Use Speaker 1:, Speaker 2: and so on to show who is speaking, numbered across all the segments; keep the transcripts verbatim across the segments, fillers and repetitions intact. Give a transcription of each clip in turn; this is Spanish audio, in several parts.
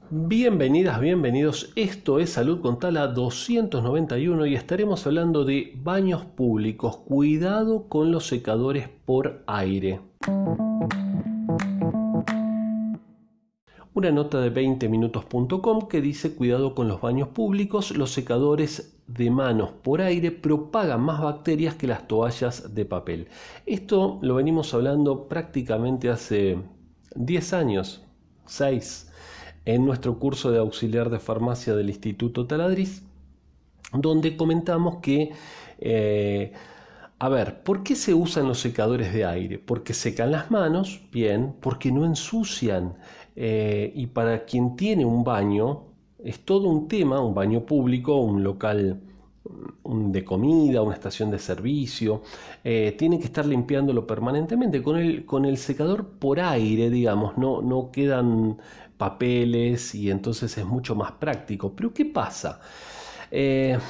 Speaker 1: Bienvenidas, bienvenidos. Esto es Salud con Tala doscientos noventa y uno y estaremos hablando de baños públicos. Cuidado con los secadores por aire. Una nota de veinte minutos punto com que dice: cuidado con los baños públicos, los secadores de manos por aire propagan más bacterias que las toallas de papel. Esto lo venimos hablando prácticamente hace diez años, seis, en nuestro curso de auxiliar de farmacia del Instituto Taladriz, donde comentamos que, eh, a ver, ¿por qué se usan los secadores de aire? Porque secan las manos, bien, porque no ensucian. Eh, y para quien tiene un baño, es todo un tema, un baño público, un local de comida, una estación de servicio, eh, tiene que estar limpiándolo permanentemente. Con el, con el secador por aire, digamos, no, no quedan papeles y entonces es mucho más práctico. Pero ¿qué pasa? Eh,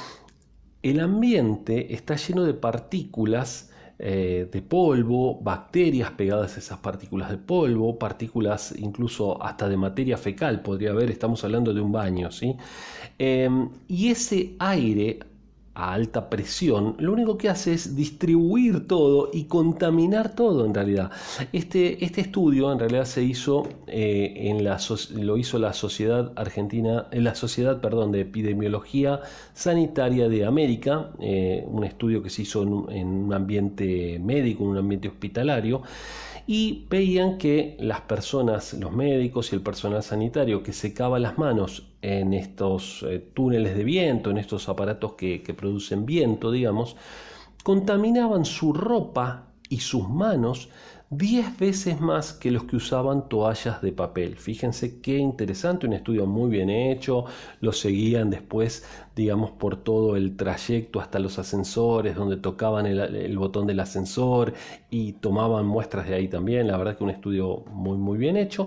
Speaker 1: el ambiente está lleno de partículas eh, de polvo, bacterias pegadas a esas partículas de polvo, partículas incluso hasta de materia fecal podría haber, estamos hablando de un baño, ¿sí? Eh, y ese aire a alta presión, lo único que hace es distribuir todo y contaminar todo en realidad. Este, este estudio en realidad se hizo, eh, en la, lo hizo la Sociedad Argentina, en la Sociedad, perdón, de Epidemiología Sanitaria de América, eh, un estudio que se hizo en, en un ambiente médico, en un ambiente hospitalario, y veían que las personas, los médicos y el personal sanitario que secaba las manos en estos eh, túneles de viento, en estos aparatos que, que producen viento, digamos, contaminaban su ropa y sus manos diez veces más que los que usaban toallas de papel. Fíjense qué interesante, un estudio muy bien hecho. Lo seguían después, digamos, por todo el trayecto hasta los ascensores, donde tocaban el, el botón del ascensor y tomaban muestras de ahí también. La verdad que un estudio muy, muy bien hecho.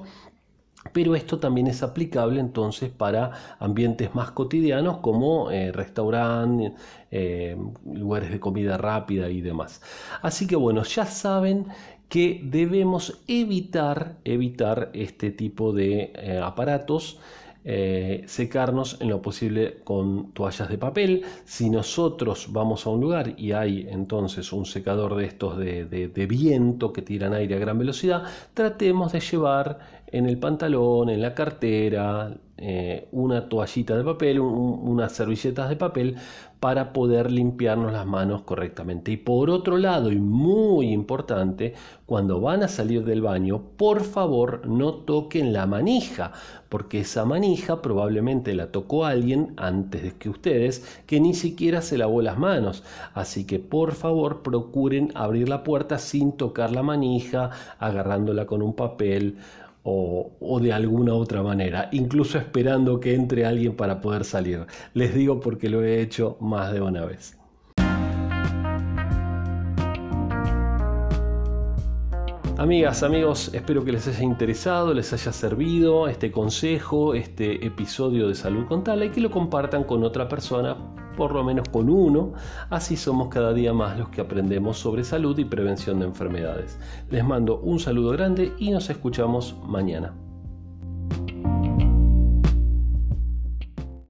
Speaker 1: Pero esto también es aplicable entonces para ambientes más cotidianos como eh, restaurantes, eh, lugares de comida rápida y demás. Así que bueno, ya saben que debemos evitar, evitar este tipo de eh, aparatos. Eh, secarnos en lo posible con toallas de papel. Si nosotros vamos a un lugar y hay entonces un secador de estos de, de, de viento que tiran aire a gran velocidad, tratemos de llevar en el pantalón, en la cartera, eh, una toallita de papel, un, unas servilletas de papel para poder limpiarnos las manos correctamente. Y por otro lado, y muy importante, cuando van a salir del baño, por favor no toquen la manija, porque esa manija probablemente la tocó alguien antes de que ustedes, que ni siquiera se lavó las manos. Así que por favor procuren abrir la puerta sin tocar la manija, agarrándola con un papel O, o de alguna otra manera, incluso esperando que entre alguien para poder salir. Les digo porque lo he hecho más de una vez. Amigas, amigos, espero que les haya interesado, les haya servido este consejo, este episodio de Salud con Tala, y que lo compartan con otra persona, por lo menos con uno. Así somos cada día más los que aprendemos sobre salud y prevención de enfermedades. Les mando un saludo grande y nos escuchamos mañana.